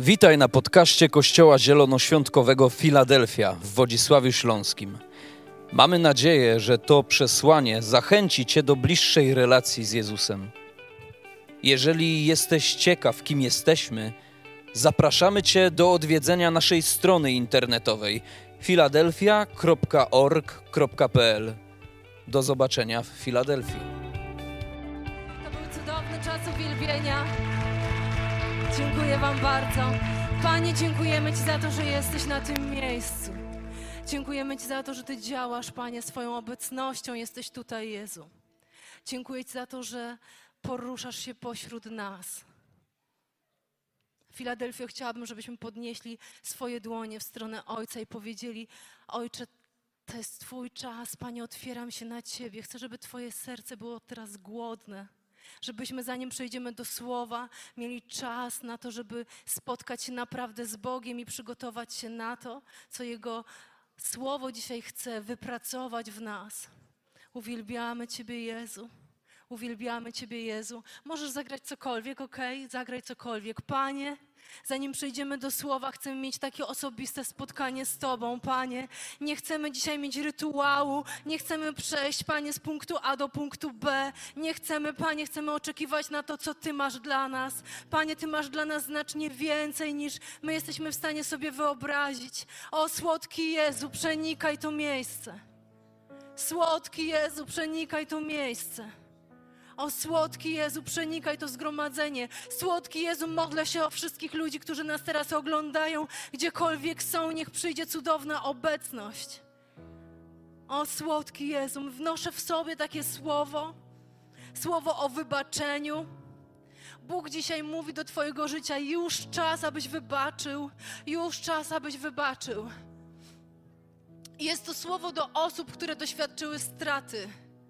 Witaj na podcaście Kościoła Zielonoświątkowego Filadelfia w Wodzisławiu Śląskim. Mamy nadzieję, że to przesłanie zachęci Cię do bliższej relacji z Jezusem. Jeżeli jesteś ciekaw, kim jesteśmy, zapraszamy Cię do odwiedzenia naszej strony internetowej filadelfia.org.pl. Do zobaczenia w Filadelfii. To był cudowny czas uwielbienia. Dziękuję Wam bardzo. Panie, dziękujemy Ci za to, że jesteś na tym miejscu. Dziękujemy Ci za to, że Ty działasz, Panie, swoją obecnością. Jesteś tutaj, Jezu. Dziękuję Ci za to, że poruszasz się pośród nas. Filadelfio, chciałabym, żebyśmy podnieśli swoje dłonie w stronę Ojca i powiedzieli: Ojcze, to jest Twój czas, Panie, otwieram się na Ciebie. Chcę, żeby Twoje serce było teraz głodne. Żebyśmy, zanim przejdziemy do Słowa, mieli czas na to, żeby spotkać się naprawdę z Bogiem i przygotować się na to, co Jego Słowo dzisiaj chce wypracować w nas. Uwielbiamy Ciebie, Jezu. Uwielbiamy Ciebie, Jezu. Możesz zagrać cokolwiek, okej? Zagraj cokolwiek. Panie, zanim przejdziemy do Słowa, chcemy mieć takie osobiste spotkanie z Tobą, Panie. Nie chcemy dzisiaj mieć rytuału, nie chcemy przejść, Panie, z punktu A do punktu B. Nie chcemy, Panie, chcemy oczekiwać na to, co Ty masz dla nas. Panie, Ty masz dla nas znacznie więcej, niż my jesteśmy w stanie sobie wyobrazić. O, słodki Jezu, przenikaj to miejsce. Słodki Jezu, przenikaj to miejsce. O, słodki Jezu, przenikaj to zgromadzenie. Słodki Jezu, modlę się o wszystkich ludzi, którzy nas teraz oglądają. Gdziekolwiek są, niech przyjdzie cudowna obecność. O, słodki Jezu, wnoszę w sobie takie słowo o wybaczeniu. Bóg dzisiaj mówi do Twojego życia: już czas, abyś wybaczył. Już czas, abyś wybaczył. Jest to słowo do osób, które doświadczyły straty.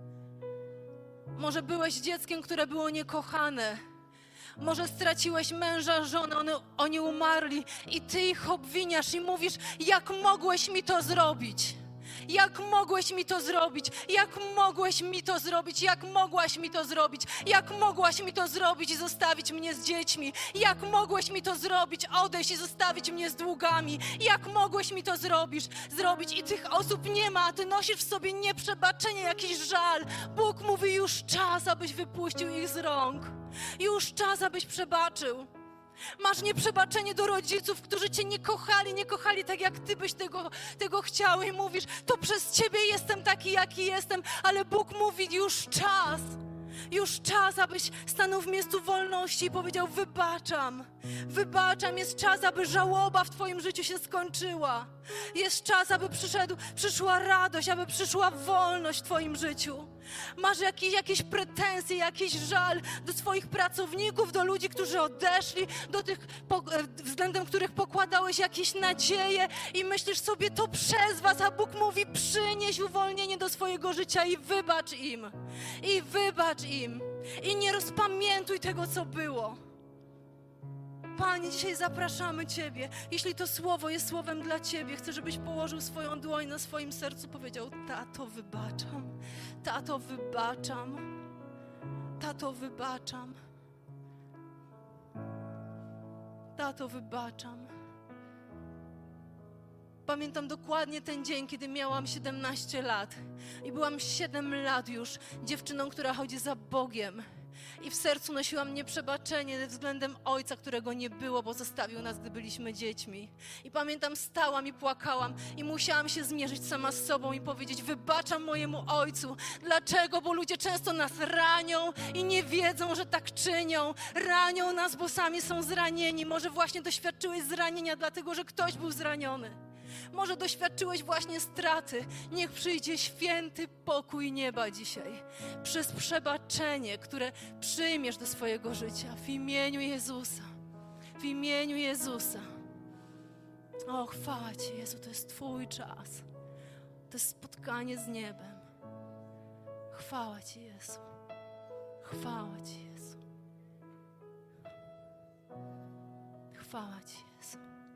Może byłeś dzieckiem, które było niekochane. Może straciłeś męża, żonę, oni umarli i Ty ich obwiniasz i mówisz: jak mogłeś mi to zrobić? Jak mogłeś mi to zrobić? Jak mogłeś mi to zrobić? Jak mogłaś mi to zrobić? Jak mogłaś mi to zrobić i zostawić mnie z dziećmi? Jak mogłeś mi to zrobić? Odejść i zostawić mnie z długami? Jak mogłeś mi to zrobić? I tych osób nie ma, a Ty nosisz w sobie nieprzebaczenie, jakiś żal. Bóg mówi: już czas, abyś wypuścił ich z rąk. Już czas, abyś przebaczył. Masz nieprzebaczenie do rodziców, którzy Cię nie kochali tak, jak Ty byś tego chciał, i mówisz: to przez Ciebie jestem taki, jaki jestem, ale Bóg mówi: już czas, abyś stanął w miejscu wolności i powiedział: wybaczam, jest czas, aby żałoba w Twoim życiu się skończyła, jest czas, aby przyszła radość, aby przyszła wolność w Twoim życiu. Masz jakieś pretensje, jakiś żal do swoich pracowników, do ludzi, którzy odeszli, do tych, względem których pokładałeś jakieś nadzieje i myślisz sobie: to przez Was, a Bóg mówi: przynieś uwolnienie do swojego życia i wybacz im. I nie rozpamiętuj tego, co było. Panie, dzisiaj zapraszamy Ciebie. Jeśli to słowo jest słowem dla Ciebie, chcę, żebyś położył swoją dłoń na swoim sercu, powiedział: tato, wybaczam. Tato, wybaczam. Tato, wybaczam. Tato, wybaczam. Pamiętam dokładnie ten dzień, kiedy miałam 17 lat i byłam 7 lat już dziewczyną, która chodzi za Bogiem. I w sercu nosiłam nieprzebaczenie względem ojca, którego nie było, bo zostawił nas, gdy byliśmy dziećmi. I pamiętam, stałam i płakałam i musiałam się zmierzyć sama z sobą i powiedzieć: wybaczam mojemu ojcu. Dlaczego? Bo ludzie często nas ranią i nie wiedzą, że tak czynią. Ranią nas, bo sami są zranieni. Może właśnie doświadczyłeś zranienia, dlatego że ktoś był zraniony. Może doświadczyłeś właśnie straty. Niech przyjdzie święty pokój nieba dzisiaj. Przez przebaczenie, które przyjmiesz do swojego życia. W imieniu Jezusa. W imieniu Jezusa. O, chwała Ci, Jezu, to jest Twój czas. To jest spotkanie z niebem. Chwała Ci, Jezu. Chwała Ci, Jezu. Chwała Ci, Jezu.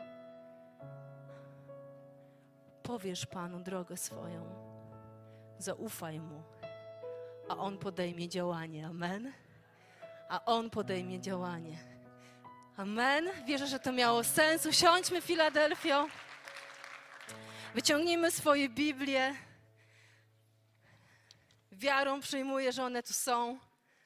Powiesz Panu drogę swoją, zaufaj Mu, a On podejmie działanie. Amen? A On podejmie działanie. Amen. Wierzę, że to miało sens. Usiądźmy, Filadelfio. Wyciągnijmy swoje Biblie. Wiarą przyjmuję, że one tu są.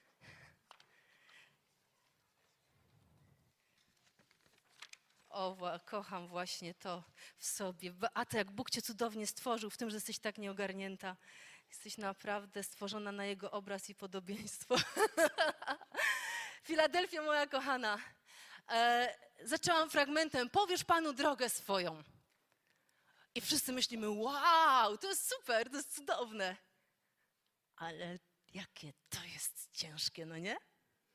Kocham właśnie to w sobie. A to jak Bóg cię cudownie stworzył w tym, że jesteś tak nieogarnięta. Jesteś naprawdę stworzona na Jego obraz i podobieństwo. Filadelfia, moja kochana. Zaczęłam fragmentem: powiesz Panu drogę swoją. I wszyscy myślimy: wow, to jest super, to jest cudowne. Ale jakie to jest ciężkie, no nie?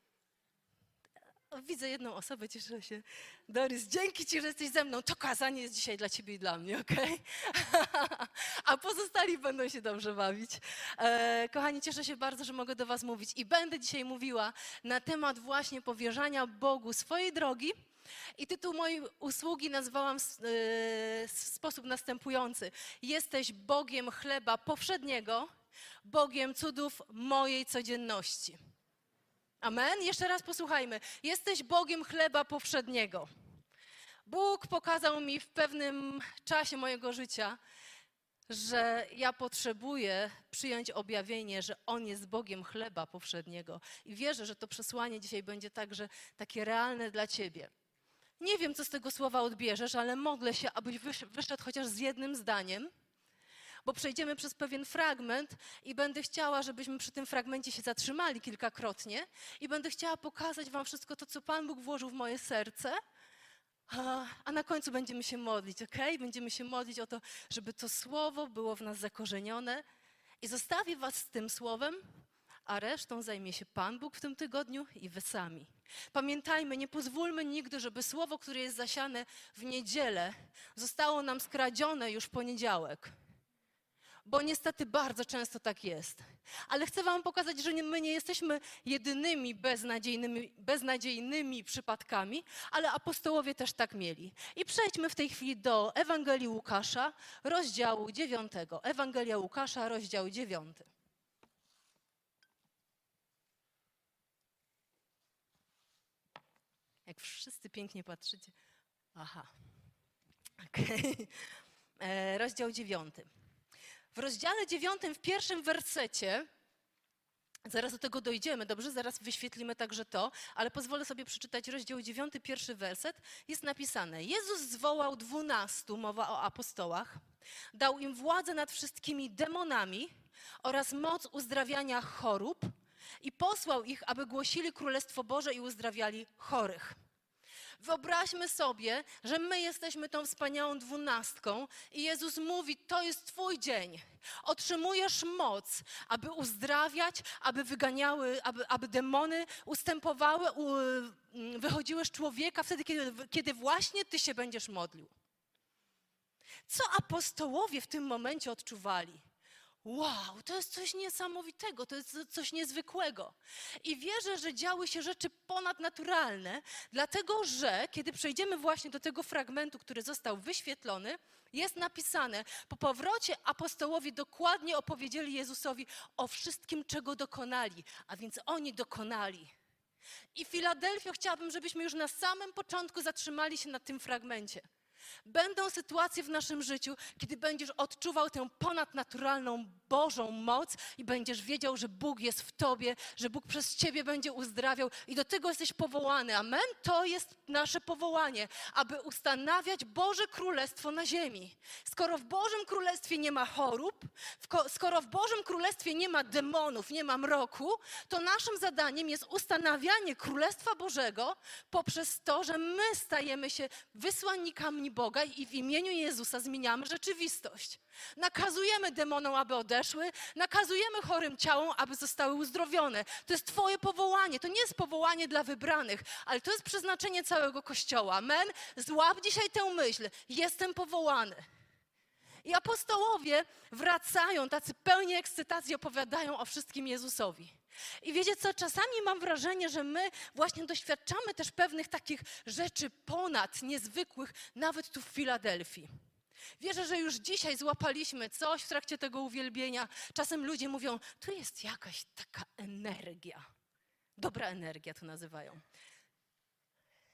Widzę jedną osobę, cieszę się. Doris, dzięki Ci, że jesteś ze mną. To kazanie jest dzisiaj dla Ciebie i dla mnie, okej? A pozostali będą się dobrze bawić. Kochani, cieszę się bardzo, że mogę do Was mówić. I będę dzisiaj mówiła na temat właśnie powierzania Bogu swojej drogi. I tytuł mojej usługi nazwałam w sposób następujący: jesteś Bogiem chleba powszedniego, Bogiem cudów mojej codzienności. Amen? Jeszcze raz posłuchajmy. Jesteś Bogiem chleba powszedniego. Bóg pokazał mi w pewnym czasie mojego życia, że ja potrzebuję przyjąć objawienie, że On jest Bogiem chleba powszedniego. I wierzę, że to przesłanie dzisiaj będzie także takie realne dla Ciebie. Nie wiem, co z tego słowa odbierzesz, ale modlę się, abyś wyszedł chociaż z jednym zdaniem, bo przejdziemy przez pewien fragment i będę chciała, żebyśmy przy tym fragmencie się zatrzymali kilkakrotnie i będę chciała pokazać Wam wszystko to, co Pan Bóg włożył w moje serce, a na końcu będziemy się modlić, okej? Będziemy się modlić o to, żeby to słowo było w nas zakorzenione i zostawię Was z tym słowem, a resztą zajmie się Pan Bóg w tym tygodniu i Wy sami. Pamiętajmy, nie pozwólmy nigdy, żeby słowo, które jest zasiane w niedzielę, zostało nam skradzione już w poniedziałek. Bo niestety bardzo często tak jest. Ale chcę Wam pokazać, że my nie jesteśmy jedynymi beznadziejnymi przypadkami, ale apostołowie też tak mieli. I przejdźmy w tej chwili do Ewangelii Łukasza, rozdziału 9. Ewangelia Łukasza, rozdział 9. Jak wszyscy pięknie patrzycie. Aha. Okej. Rozdział 9. W rozdziale 9, w pierwszym wersecie, zaraz do tego dojdziemy, dobrze? Zaraz wyświetlimy także to, ale pozwolę sobie przeczytać rozdział 9, pierwszy werset. Jest napisane: Jezus zwołał 12, mowa o apostołach, dał im władzę nad wszystkimi demonami oraz moc uzdrawiania chorób i posłał ich, aby głosili Królestwo Boże i uzdrawiali chorych. Wyobraźmy sobie, że my jesteśmy tą wspaniałą 12 i Jezus mówi: to jest Twój dzień. Otrzymujesz moc, aby uzdrawiać, aby wyganiały, aby demony ustępowały, wychodziły z człowieka wtedy, kiedy właśnie Ty się będziesz modlił. Co apostołowie w tym momencie odczuwali? Wow, to jest coś niesamowitego, to jest coś niezwykłego. I wierzę, że działy się rzeczy ponadnaturalne, dlatego że, kiedy przejdziemy właśnie do tego fragmentu, który został wyświetlony, jest napisane: po powrocie apostołowie dokładnie opowiedzieli Jezusowi o wszystkim, czego dokonali, a więc oni dokonali. I Filadelfio, chciałabym, żebyśmy już na samym początku zatrzymali się na tym fragmencie. Będą sytuacje w naszym życiu, kiedy będziesz odczuwał tę ponadnaturalną Bożą moc i będziesz wiedział, że Bóg jest w Tobie, że Bóg przez Ciebie będzie uzdrawiał i do tego jesteś powołany. Amen? To jest nasze powołanie, aby ustanawiać Boże Królestwo na ziemi. Skoro w Bożym Królestwie nie ma chorób, skoro w Bożym Królestwie nie ma demonów, nie ma mroku, to naszym zadaniem jest ustanawianie Królestwa Bożego poprzez to, że my stajemy się wysłannikami Boga i w imieniu Jezusa zmieniamy rzeczywistość. Nakazujemy demonom, aby odeszły, nakazujemy chorym ciałom, aby zostały uzdrowione. To jest Twoje powołanie, to nie jest powołanie dla wybranych, ale to jest przeznaczenie całego Kościoła. Amen? Złap dzisiaj tę myśl, jestem powołany. I apostołowie wracają, tacy pełni ekscytacji, opowiadają o wszystkim Jezusowi. I wiecie co, czasami mam wrażenie, że my właśnie doświadczamy też pewnych takich rzeczy niezwykłych, nawet tu w Filadelfii. Wierzę, że już dzisiaj złapaliśmy coś w trakcie tego uwielbienia. Czasem ludzie mówią: tu jest jakaś taka energia. Dobra energia to nazywają.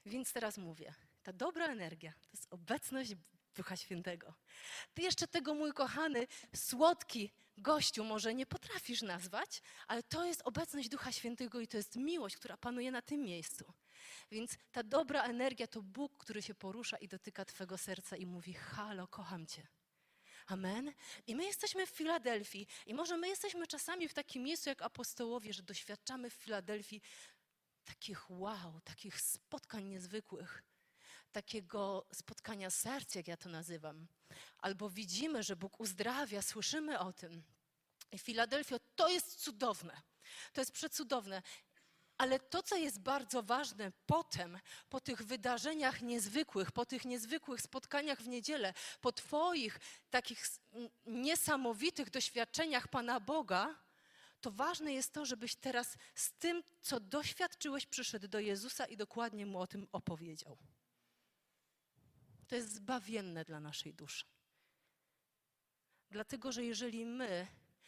Więc teraz mówię, ta dobra energia to jest obecność Ducha Świętego. Ty jeszcze tego, mój kochany, słodki gościu może nie potrafisz nazwać, ale to jest obecność Ducha Świętego i to jest miłość, która panuje na tym miejscu. Więc ta dobra energia to Bóg, który się porusza i dotyka twego serca i mówi: halo, kocham cię. Amen. I my jesteśmy w Filadelfii i może my jesteśmy czasami w takim miejscu jak apostołowie, że doświadczamy w Filadelfii takich wow, takich spotkań niezwykłych, takiego spotkania serc, jak ja to nazywam. Albo widzimy, że Bóg uzdrawia, słyszymy o tym. I Filadelfia to jest cudowne, to jest przecudowne. Ale to, co jest bardzo ważne potem, po tych wydarzeniach niezwykłych, po tych niezwykłych spotkaniach w niedzielę, po twoich takich niesamowitych doświadczeniach Pana Boga, to ważne jest to, żebyś teraz z tym, co doświadczyłeś, przyszedł do Jezusa i dokładnie Mu o tym opowiedział. To jest zbawienne dla naszej duszy. Dlatego, że jeżeli my,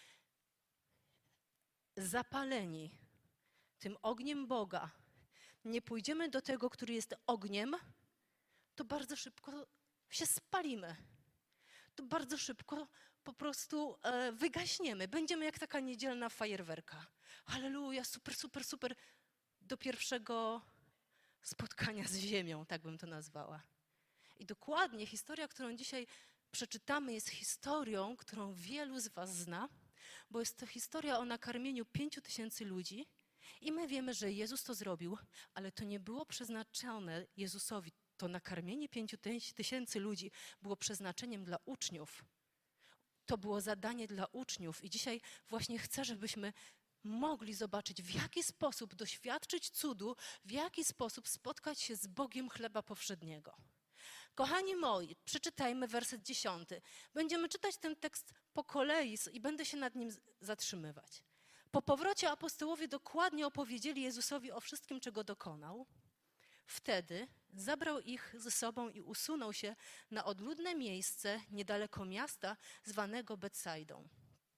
zapaleni tym ogniem Boga, nie pójdziemy do tego, który jest ogniem, to bardzo szybko się spalimy. To bardzo szybko po prostu wygaśniemy. Będziemy jak taka niedzielna fajerwerka. Halleluja, super, super, super. Do pierwszego spotkania z ziemią, tak bym to nazwała. I dokładnie historia, którą dzisiaj przeczytamy, jest historią, którą wielu z was zna, bo jest to historia o nakarmieniu 5000 ludzi. I my wiemy, że Jezus to zrobił, ale to nie było przeznaczone Jezusowi. To nakarmienie 5000 ludzi było przeznaczeniem dla uczniów. To było zadanie dla uczniów. I dzisiaj właśnie chcę, żebyśmy mogli zobaczyć, w jaki sposób doświadczyć cudu, w jaki sposób spotkać się z Bogiem chleba powszedniego. Kochani moi, przeczytajmy werset 10. Będziemy czytać ten tekst po kolei i będę się nad nim zatrzymywać. Po powrocie apostołowie dokładnie opowiedzieli Jezusowi o wszystkim, czego dokonał. Wtedy zabrał ich ze sobą i usunął się na odludne miejsce niedaleko miasta zwanego Betsaidą.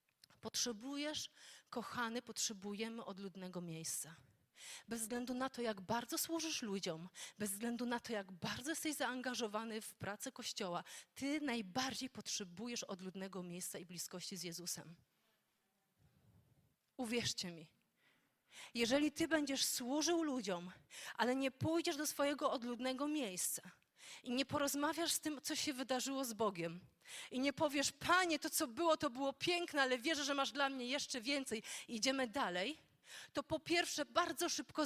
Potrzebujemy odludnego miejsca. Bez względu na to, jak bardzo służysz ludziom, bez względu na to, jak bardzo jesteś zaangażowany w pracę Kościoła, ty najbardziej potrzebujesz odludnego miejsca i bliskości z Jezusem. Uwierzcie mi, jeżeli ty będziesz służył ludziom, ale nie pójdziesz do swojego odludnego miejsca i nie porozmawiasz z tym, co się wydarzyło z Bogiem i nie powiesz: Panie, to było piękne, ale wierzę, że masz dla mnie jeszcze więcej i idziemy dalej, to po pierwsze bardzo szybko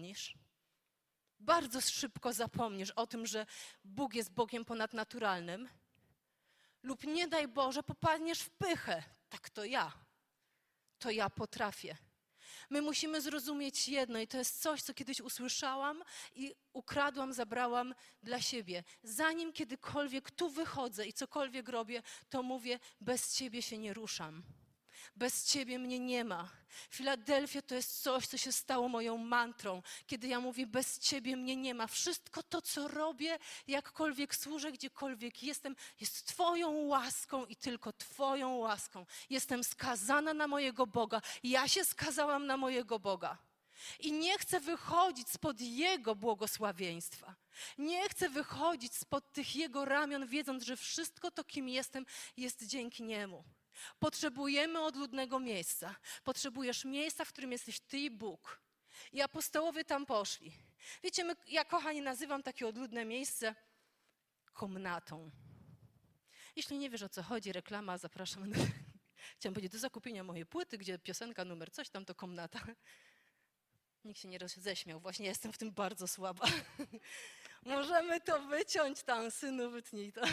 zapomnisz o tym, że Bóg jest Bogiem ponadnaturalnym, lub nie daj Boże popadniesz w pychę. Tak to ja potrafię. My musimy zrozumieć jedno i to jest coś, co kiedyś usłyszałam i ukradłam, zabrałam dla siebie. Zanim kiedykolwiek tu wychodzę i cokolwiek robię, to mówię: bez Ciebie się nie ruszam. Bez Ciebie mnie nie ma. Filadelfia to jest coś, co się stało moją mantrą. Kiedy ja mówię: bez Ciebie mnie nie ma. Wszystko to, co robię, jakkolwiek służę, gdziekolwiek jestem, jest Twoją łaską i tylko Twoją łaską. Jestem skazana na mojego Boga. Ja się skazałam na mojego Boga. I nie chcę wychodzić spod Jego błogosławieństwa. Nie chcę wychodzić spod tych Jego ramion, wiedząc, że wszystko to, kim jestem, jest dzięki Niemu. Potrzebujemy odludnego miejsca. Potrzebujesz miejsca, w którym jesteś ty i Bóg. I apostołowie tam poszli. Wiecie, ja, kochani, nazywam takie odludne miejsce komnatą. Jeśli nie wiesz, o co chodzi, reklama, zapraszam. Chciałam powiedzieć, do zakupienia mojej płyty, gdzie piosenka numer coś tam, to komnata. Nikt się nie roześmiał, właśnie jestem w tym bardzo słaba. Możemy to wyciąć tam, synu, wytnij to.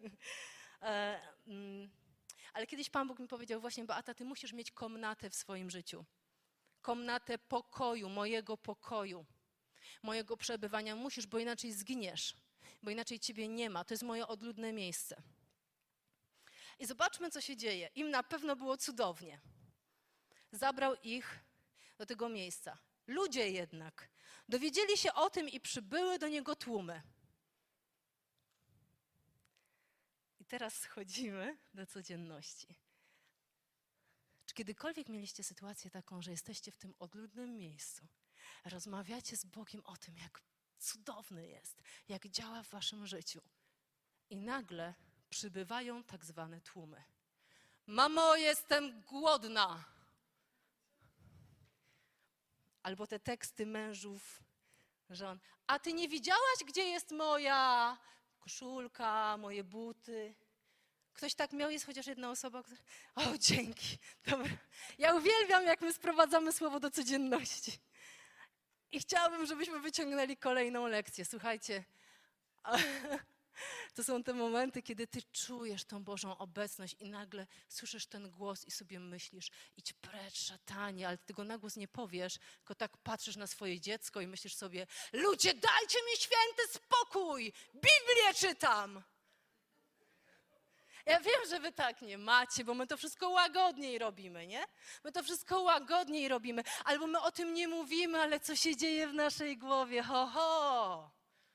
Ale kiedyś Pan Bóg mi powiedział właśnie: Beata, ty musisz mieć komnatę w swoim życiu. Komnatę pokoju, mojego przebywania musisz, bo inaczej zginiesz, bo inaczej ciebie nie ma. To jest moje odludne miejsce. I zobaczmy, co się dzieje. Im na pewno było cudownie. Zabrał ich do tego miejsca. Ludzie jednak dowiedzieli się o tym i przybyły do niego tłumy. I teraz schodzimy do codzienności. Czy kiedykolwiek mieliście sytuację taką, że jesteście w tym odludnym miejscu, rozmawiacie z Bogiem o tym, jak cudowny jest, jak działa w waszym życiu. I nagle przybywają tak zwane tłumy. Mamo, jestem głodna. Albo te teksty mężów, żon. A ty nie widziałaś, gdzie jest moja koszulka, moje buty? Ktoś tak miał, jest chociaż jedna osoba, która... O, dzięki. Dobra. Ja uwielbiam, jak my sprowadzamy słowo do codzienności. I chciałabym, żebyśmy wyciągnęli kolejną lekcję. Słuchajcie, to są te momenty, kiedy ty czujesz tą Bożą obecność i nagle słyszysz ten głos i sobie myślisz, idź precz, szatanie, ale ty tego na głos nie powiesz, tylko tak patrzysz na swoje dziecko i myślisz sobie, ludzie, dajcie mi święty spokój, Biblię czytam. Ja wiem, że wy tak nie macie, bo my to wszystko łagodniej robimy, nie? My to wszystko łagodniej robimy, albo my o tym nie mówimy, ale co się dzieje w naszej głowie, ho, ho.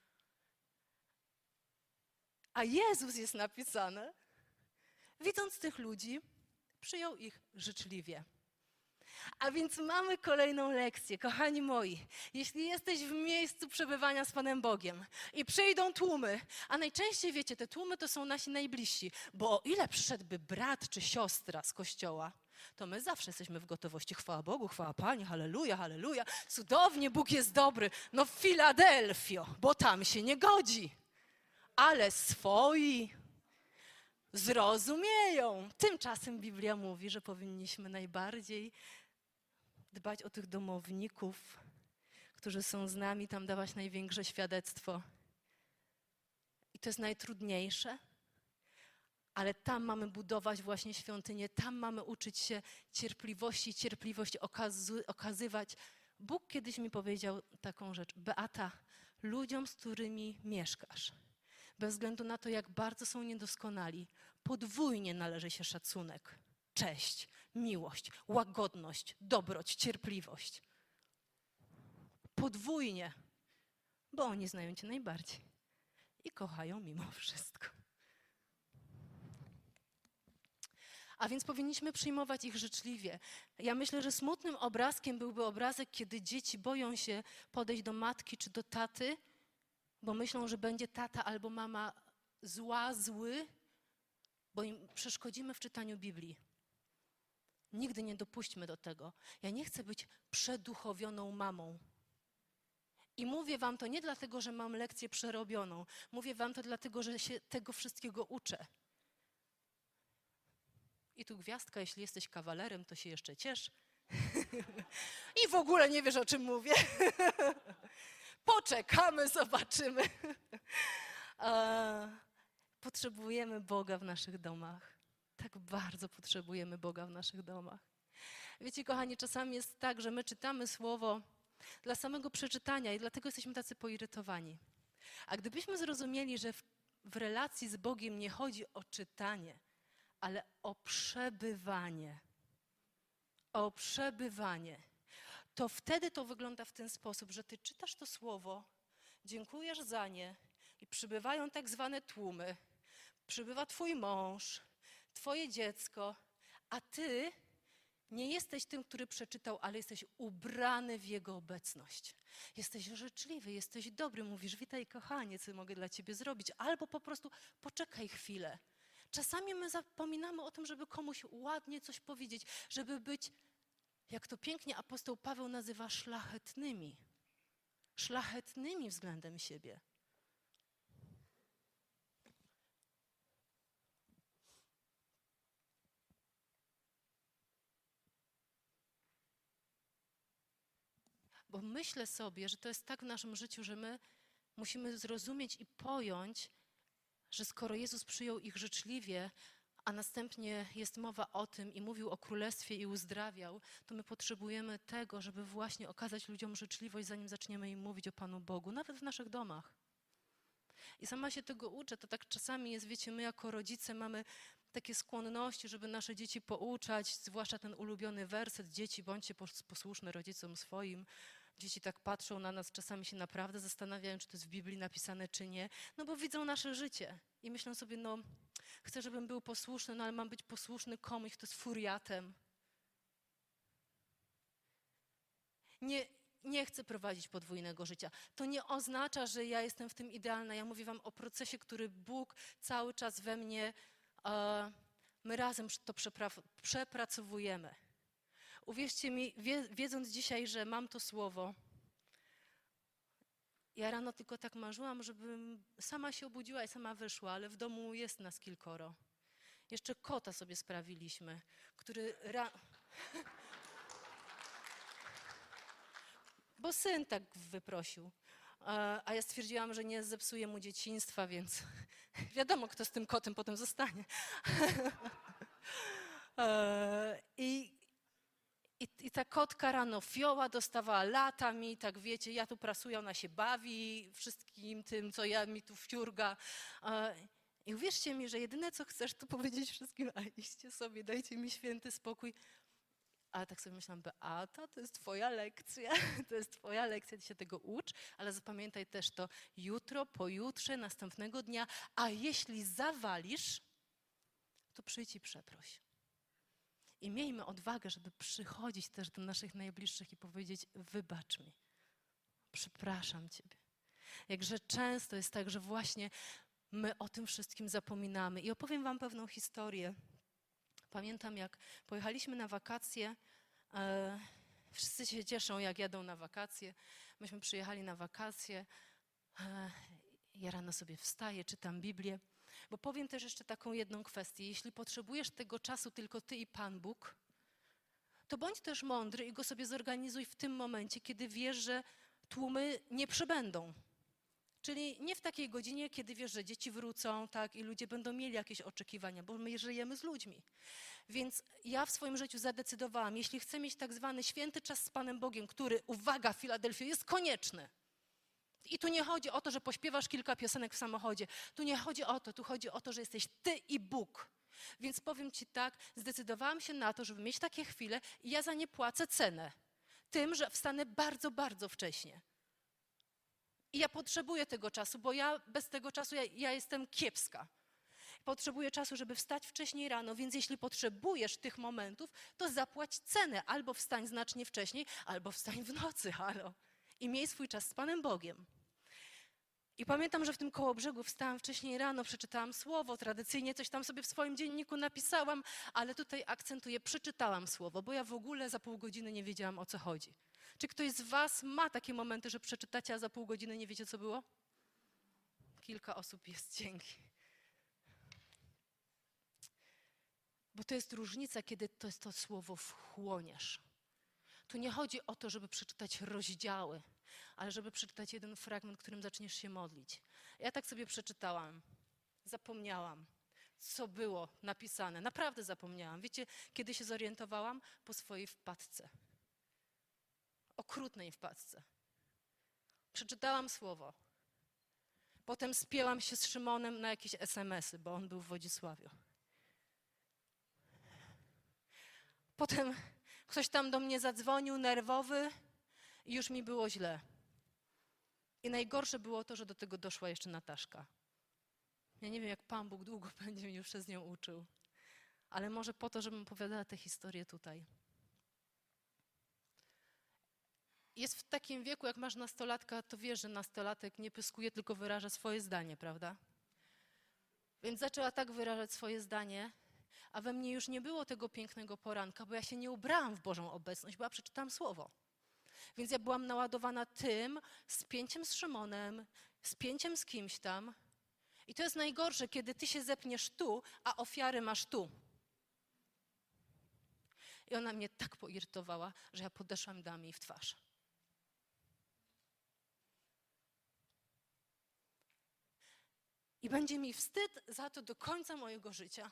A Jezus, jest napisane, widząc tych ludzi, przyjął ich życzliwie. A więc mamy kolejną lekcję. Kochani moi, jeśli jesteś w miejscu przebywania z Panem Bogiem i przyjdą tłumy, a najczęściej wiecie, te tłumy to są nasi najbliżsi, bo o ile przyszedłby brat czy siostra z kościoła, to my zawsze jesteśmy w gotowości. Chwała Bogu, chwała Pani, halleluja, halleluja, cudownie, Bóg jest dobry. No w Filadelfio, bo tam się nie godzi. Ale swoi zrozumieją. Tymczasem Biblia mówi, że powinniśmy najbardziej dbać o tych domowników, którzy są z nami, tam dawać największe świadectwo. I to jest najtrudniejsze, ale tam mamy budować właśnie świątynię, tam mamy uczyć się cierpliwości, cierpliwość okazywać. Bóg kiedyś mi powiedział taką rzecz: Beata, ludziom, z którymi mieszkasz, bez względu na to, jak bardzo są niedoskonali, podwójnie należy się szacunek, cześć, miłość, łagodność, dobroć, cierpliwość. Podwójnie, bo oni znają Cię najbardziej i kochają mimo wszystko. A więc powinniśmy przyjmować ich życzliwie. Ja myślę, że smutnym obrazkiem byłby obrazek, kiedy dzieci boją się podejść do matki czy do taty, bo myślą, że będzie tata albo mama zły, bo im przeszkodzimy w czytaniu Biblii. Nigdy nie dopuśćmy do tego. Ja nie chcę być przeduchowioną mamą. I mówię wam to nie dlatego, że mam lekcję przerobioną. Mówię wam to dlatego, że się tego wszystkiego uczę. I tu gwiazdka, jeśli jesteś kawalerem, to się jeszcze ciesz. I w ogóle nie wiesz, o czym mówię. Poczekamy, zobaczymy. Potrzebujemy Boga w naszych domach. Tak bardzo potrzebujemy Boga w naszych domach. Wiecie, kochani, czasami jest tak, że my czytamy słowo dla samego przeczytania i dlatego jesteśmy tacy poirytowani. A gdybyśmy zrozumieli, że w relacji z Bogiem nie chodzi o czytanie, ale o przebywanie, to wtedy to wygląda w ten sposób, że ty czytasz to słowo, dziękujesz za nie i przybywają tak zwane tłumy, przybywa twój mąż, twoje dziecko, a ty nie jesteś tym, który przeczytał, ale jesteś ubrany w Jego obecność. Jesteś życzliwy, jesteś dobry, mówisz: witaj kochanie, co mogę dla ciebie zrobić? Albo po prostu poczekaj chwilę. Czasami my zapominamy o tym, żeby komuś ładnie coś powiedzieć, żeby być, jak to pięknie apostoł Paweł nazywa, szlachetnymi. Szlachetnymi względem siebie. Bo myślę sobie, że to jest tak w naszym życiu, że my musimy zrozumieć i pojąć, że skoro Jezus przyjął ich życzliwie, a następnie jest mowa o tym i mówił o królestwie i uzdrawiał, to my potrzebujemy tego, żeby właśnie okazać ludziom życzliwość, zanim zaczniemy im mówić o Panu Bogu, nawet w naszych domach. I sama się tego uczę, to tak czasami jest, wiecie, my jako rodzice mamy takie skłonności, żeby nasze dzieci pouczać, zwłaszcza ten ulubiony werset: dzieci, bądźcie posłuszne rodzicom swoim. Dzieci tak patrzą na nas, czasami się naprawdę zastanawiają, czy to jest w Biblii napisane, czy nie, no bo widzą nasze życie i myślą sobie: no chcę, żebym był posłuszny, no ale mam być posłuszny komuś, kto jest furiatem. nie chcę prowadzić podwójnego życia. To nie oznacza, że ja jestem w tym idealna. Ja mówię wam o procesie, który Bóg cały czas we mnie, my razem to przepracowujemy. Uwierzcie mi, wiedząc dzisiaj, że mam to słowo, ja rano tylko tak marzyłam, żebym sama się obudziła i sama wyszła, ale w domu jest nas kilkoro. Jeszcze kota sobie sprawiliśmy, który bo syn tak wyprosił. A ja stwierdziłam, że nie zepsuję mu dzieciństwa, więc wiadomo, kto z tym kotem potem zostanie. I ta kotka rano fioła dostawała latami, tak wiecie, ja tu prasuję, ona się bawi wszystkim tym, co mi tu wciurga. I uwierzcie mi, że jedyne, co chcesz, to powiedzieć wszystkim, a iście sobie, dajcie mi święty spokój. Ale tak sobie myślałam, Beata, to jest twoja lekcja, to jest twoja lekcja, ty się tego ucz, ale zapamiętaj też to jutro, pojutrze, następnego dnia, a jeśli zawalisz, to przyjdź i przeproś. I miejmy odwagę, żeby przychodzić też do naszych najbliższych i powiedzieć, wybacz mi, przepraszam ciebie. Jakże często jest tak, że właśnie my o tym wszystkim zapominamy. I opowiem wam pewną historię. Pamiętam, jak pojechaliśmy na wakacje, wszyscy się cieszą, jak jadą na wakacje. Myśmy przyjechali na wakacje, ja rano sobie wstaję, czytam Biblię, bo powiem też jeszcze taką jedną kwestię. Jeśli potrzebujesz tego czasu tylko ty i Pan Bóg, to bądź też mądry i go sobie zorganizuj w tym momencie, kiedy wiesz, że tłumy nie przybędą. Czyli nie w takiej godzinie, kiedy wiesz, że dzieci wrócą, tak, i ludzie będą mieli jakieś oczekiwania, bo my żyjemy z ludźmi. Więc ja w swoim życiu zadecydowałam, jeśli chcę mieć tak zwany święty czas z Panem Bogiem, który, uwaga, Filadelfio, jest konieczny. I tu nie chodzi o to, że pośpiewasz kilka piosenek w samochodzie. Tu nie chodzi o to, tu chodzi o to, że jesteś ty i Bóg. Więc powiem ci tak, zdecydowałam się na to, żeby mieć takie chwile i ja za nie płacę cenę. Tym, że wstanę bardzo, bardzo wcześnie. I ja potrzebuję tego czasu, bo ja bez tego czasu ja jestem kiepska. Potrzebuję czasu, żeby wstać wcześniej rano, więc jeśli potrzebujesz tych momentów, to zapłać cenę. Albo wstań znacznie wcześniej, albo wstań w nocy, halo. I miej swój czas z Panem Bogiem. I pamiętam, że w tym Kołobrzegu wstałam wcześniej rano, przeczytałam słowo, tradycyjnie coś tam sobie w swoim dzienniku napisałam, ale tutaj akcentuję, przeczytałam słowo, bo ja w ogóle za pół godziny nie wiedziałam, o co chodzi. Czy ktoś z was ma takie momenty, że przeczytacie, a za pół godziny nie wiecie, co było? Kilka osób jest, dzięki. Bo to jest różnica, kiedy to jest to słowo wchłoniesz. Tu nie chodzi o to, żeby przeczytać rozdziały, ale żeby przeczytać jeden fragment, którym zaczniesz się modlić. Ja tak sobie przeczytałam, zapomniałam, co było napisane. Naprawdę zapomniałam. Wiecie, kiedy się zorientowałam? Po swojej wpadce. Okrutnej wpadce. Przeczytałam słowo. Potem spięłam się z Szymonem na jakieś SMS-y, bo on był w Wodzisławiu. Potem ktoś tam do mnie zadzwonił, nerwowy i już mi było źle. I najgorsze było to, że do tego doszła jeszcze Nataszka. Ja nie wiem, jak Pan Bóg długo będzie mnie już z nią uczył, ale może po to, żebym opowiadała tę historię tutaj. Jest w takim wieku, jak masz nastolatka, to wiesz, że nastolatek nie pyskuje, tylko wyraża swoje zdanie, prawda? Więc zaczęła tak wyrażać swoje zdanie, a we mnie już nie było tego pięknego poranka, bo ja się nie ubrałam w Bożą obecność, bo ja przeczytałam słowo. Więc ja byłam naładowana tym, spięciem z Szymonem, spięciem z kimś tam. I to jest najgorsze, kiedy ty się zepniesz tu, a ofiary masz tu. I ona mnie tak poirytowała, że ja podeszłam i dałam jej w twarz. I będzie mi wstyd za to do końca mojego życia.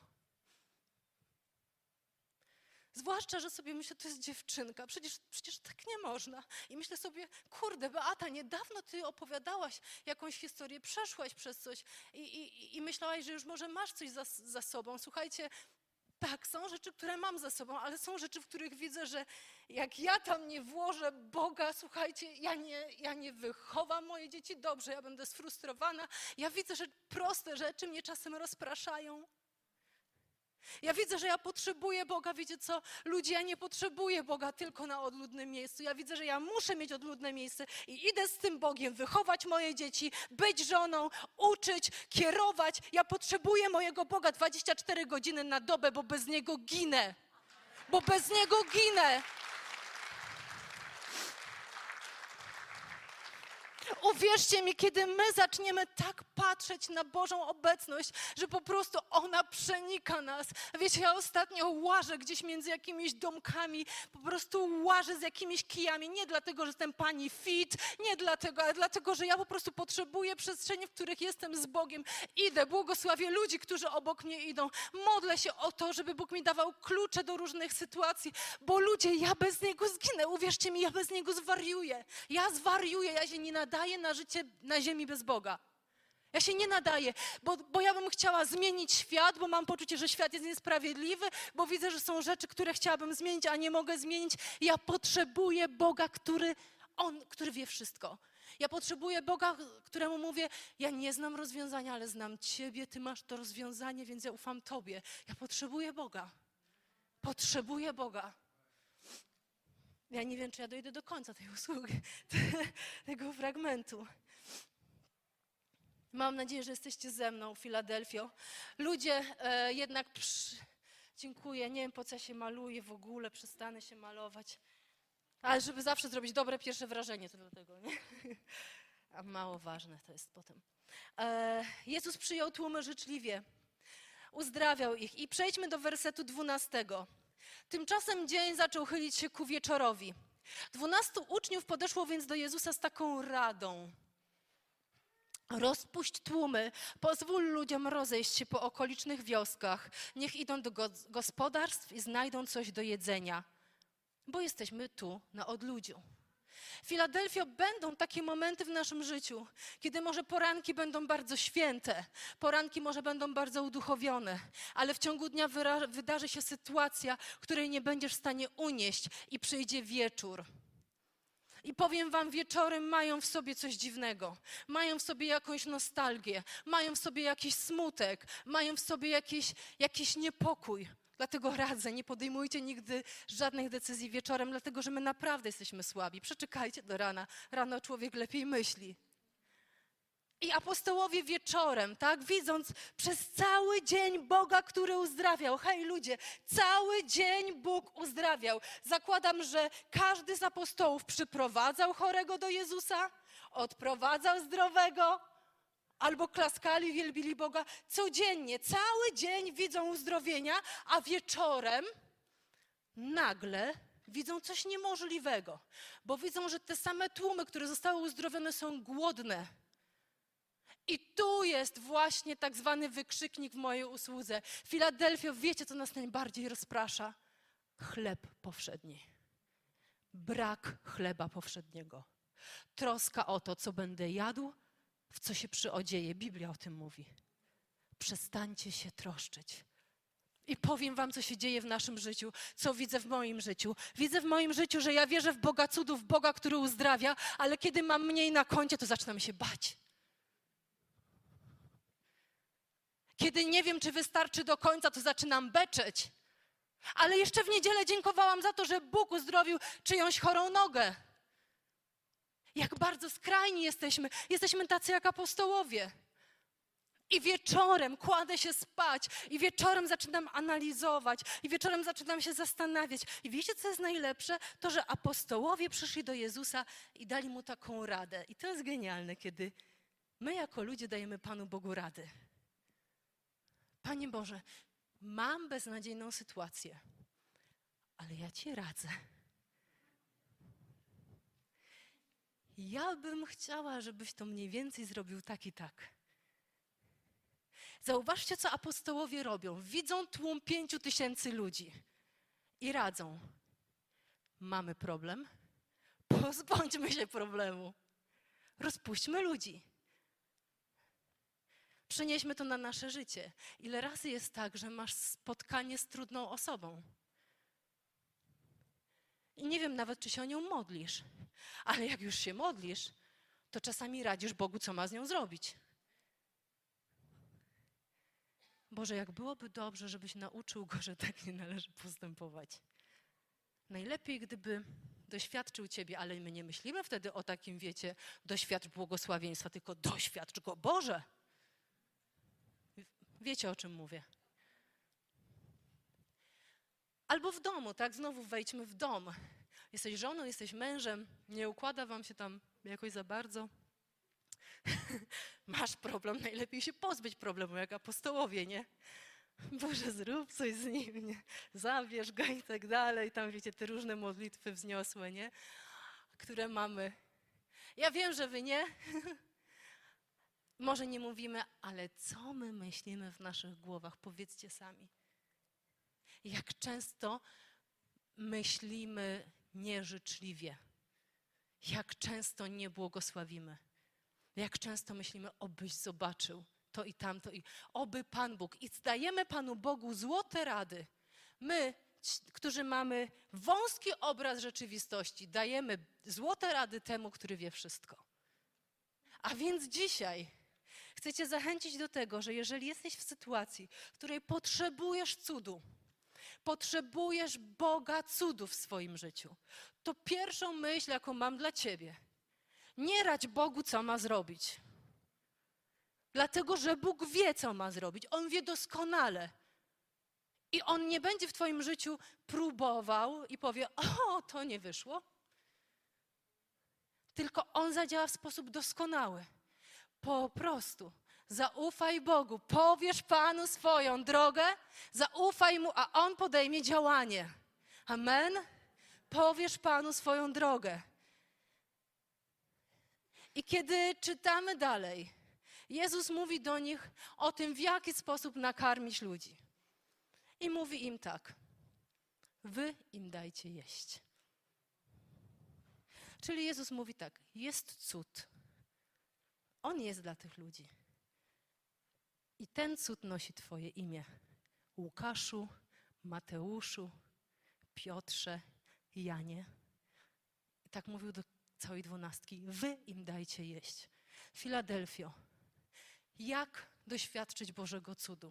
Zwłaszcza, że sobie myślę, to jest dziewczynka, przecież tak nie można. I myślę sobie, kurde, Beata, niedawno ty opowiadałaś jakąś historię, przeszłaś przez coś i myślałaś, że już może masz coś za sobą. Słuchajcie, tak, są rzeczy, które mam za sobą, ale są rzeczy, w których widzę, że jak ja tam nie włożę Boga, słuchajcie, ja nie wychowam moje dzieci dobrze, ja będę sfrustrowana. Ja widzę, że proste rzeczy mnie czasem rozpraszają. Ja widzę, że ja potrzebuję Boga. Wiecie co? Ludzie, ja nie potrzebuję Boga tylko na odludnym miejscu. Ja widzę, że ja muszę mieć odludne miejsce i idę z tym Bogiem, wychować moje dzieci, być żoną, uczyć, kierować. Ja potrzebuję mojego Boga 24 godziny na dobę, bo bez Niego ginę. Bo bez Niego ginę. Uwierzcie mi, kiedy my zaczniemy tak patrzeć na Bożą obecność, że po prostu ona przenika nas. Wiecie, ja ostatnio łażę gdzieś między jakimiś domkami, po prostu łażę z jakimiś kijami. Nie dlatego, że jestem pani fit, nie dlatego, ale dlatego, że ja po prostu potrzebuję przestrzeni, w których jestem z Bogiem. Idę, błogosławię ludzi, którzy obok mnie idą. Modlę się o to, żeby Bóg mi dawał klucze do różnych sytuacji, bo ludzie, ja bez Niego zginę. Uwierzcie mi, ja bez Niego zwariuję. Ja zwariuję, ja się nie nadaję na życie na ziemi bez Boga. Ja się nie nadaję, bo ja bym chciała zmienić świat, bo mam poczucie, że świat jest niesprawiedliwy, bo widzę, że są rzeczy, które chciałabym zmienić, a nie mogę zmienić. Ja potrzebuję Boga, który wie wszystko. Ja potrzebuję Boga, któremu mówię, ja nie znam rozwiązania, ale znam Ciebie, Ty masz to rozwiązanie, więc ja ufam Tobie. Ja potrzebuję Boga. Potrzebuję Boga. Ja nie wiem, czy ja dojdę do końca tej usługi, tego fragmentu. Mam nadzieję, że jesteście ze mną, Filadelfio. Ludzie jednak... Dziękuję, nie wiem, po co ja się maluję w ogóle, przestanę się malować. Ale żeby zawsze zrobić dobre pierwsze wrażenie, to dlatego, nie? A mało ważne to jest potem. Jezus przyjął tłumy życzliwie, uzdrawiał ich. I przejdźmy do wersetu 12. Tymczasem dzień zaczął chylić się ku wieczorowi. 12 uczniów podeszło więc do Jezusa z taką radą. Rozpuść tłumy, pozwól ludziom rozejść się po okolicznych wioskach. Niech idą do gospodarstw i znajdą coś do jedzenia, bo jesteśmy tu na odludziu. Filadelfio, będą takie momenty w naszym życiu, kiedy może poranki będą bardzo święte, poranki może będą bardzo uduchowione, ale w ciągu dnia wydarzy się sytuacja, której nie będziesz w stanie unieść i przyjdzie wieczór. I powiem wam, wieczorem mają w sobie coś dziwnego, mają w sobie jakąś nostalgię, mają w sobie jakiś smutek, mają w sobie jakiś niepokój. Dlatego radzę, nie podejmujcie nigdy żadnych decyzji wieczorem, dlatego że my naprawdę jesteśmy słabi. Przeczekajcie do rana. Rano człowiek lepiej myśli. I apostołowie wieczorem, tak, widząc przez cały dzień Boga, który uzdrawiał. Hej ludzie, cały dzień Bóg uzdrawiał. Zakładam, że każdy z apostołów przyprowadzał chorego do Jezusa, odprowadzał zdrowego, albo klaskali, wielbili Boga. Codziennie, cały dzień widzą uzdrowienia, a wieczorem nagle widzą coś niemożliwego, bo widzą, że te same tłumy, które zostały uzdrowione, są głodne. I tu jest właśnie tak zwany wykrzyknik w mojej usłudze. Filadelfio, wiecie, co nas najbardziej rozprasza? Chleb powszedni. Brak chleba powszedniego. Troska o to, co będę jadł, w co się przyodzieje. Biblia o tym mówi. Przestańcie się troszczyć. I powiem wam, co się dzieje w naszym życiu, co widzę w moim życiu. Widzę w moim życiu, że ja wierzę w Boga cudów, w Boga, który uzdrawia, ale kiedy mam mniej na koncie, to zaczynam się bać. Kiedy nie wiem, czy wystarczy do końca, to zaczynam beczeć. Ale jeszcze w niedzielę dziękowałam za to, że Bóg uzdrowił czyjąś chorą nogę. Jak bardzo skrajni jesteśmy. Jesteśmy tacy jak apostołowie. I wieczorem kładę się spać i wieczorem zaczynam analizować i wieczorem zaczynam się zastanawiać. I wiecie, co jest najlepsze? To, że apostołowie przyszli do Jezusa i dali Mu taką radę. I to jest genialne, kiedy my jako ludzie dajemy Panu Bogu rady. Panie Boże, mam beznadziejną sytuację, ale ja Ci radzę. Ja bym chciała, żebyś to mniej więcej zrobił tak i tak. Zauważcie, co apostołowie robią. Widzą tłum 5000 ludzi i radzą. Mamy problem? Pozbądźmy się problemu. Rozpuśćmy ludzi. Przenieśmy to na nasze życie. Ile razy jest tak, że masz spotkanie z trudną osobą i nie wiem nawet, czy się o nią modlisz, ale jak już się modlisz, to czasami radzisz Bogu, co ma z nią zrobić. Boże, jak byłoby dobrze, żebyś nauczył go, że tak nie należy postępować. Najlepiej, gdyby doświadczył Ciebie, ale my nie myślimy wtedy o takim, wiecie, doświadcz błogosławieństwa, tylko doświadcz go, Boże. Wiecie, o czym mówię. Albo w domu, tak? Znowu wejdźmy w dom. Jesteś żoną, jesteś mężem, nie układa wam się tam jakoś za bardzo. Masz problem, najlepiej się pozbyć problemu, jak apostołowie, nie? Boże, zrób coś z nim, nie? Zabierz go i tak dalej. Tam, wiecie, te różne modlitwy wzniosłe, nie? Które mamy. Ja wiem, że wy nie. Może nie mówimy, ale co my myślimy w naszych głowach? Powiedzcie sami. Jak często myślimy nieżyczliwie. Jak często nie błogosławimy. Jak często myślimy, obyś zobaczył to i tamto i oby Pan Bóg. I dajemy Panu Bogu złote rady. My, którzy mamy wąski obraz rzeczywistości, dajemy złote rady temu, który wie wszystko. A więc dzisiaj chcę Cię zachęcić do tego, że jeżeli jesteś w sytuacji, w której potrzebujesz cudu, potrzebujesz Boga cudu w swoim życiu, to pierwszą myśl, jaką mam dla Ciebie, nie radź Bogu, co ma zrobić. Dlatego, że Bóg wie, co ma zrobić. On wie doskonale. I On nie będzie w twoim życiu próbował i powie, o, to nie wyszło. Tylko On zadziała w sposób doskonały. Po prostu zaufaj Bogu, powiesz Panu swoją drogę, zaufaj Mu, a On podejmie działanie. Amen? Powiesz Panu swoją drogę. I kiedy czytamy dalej, Jezus mówi do nich o tym, w jaki sposób nakarmić ludzi. I mówi im tak, wy im dajcie jeść. Czyli Jezus mówi tak, jest cud. On jest dla tych ludzi. I ten cud nosi twoje imię. Łukaszu, Mateuszu, Piotrze, Janie. I tak mówił do całej 12. Wy im dajcie jeść. Filadelfio, jak doświadczyć Bożego cudu?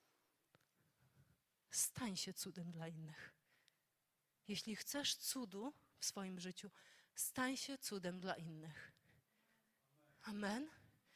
Stań się cudem dla innych. Jeśli chcesz cudu w swoim życiu, stań się cudem dla innych. Amen.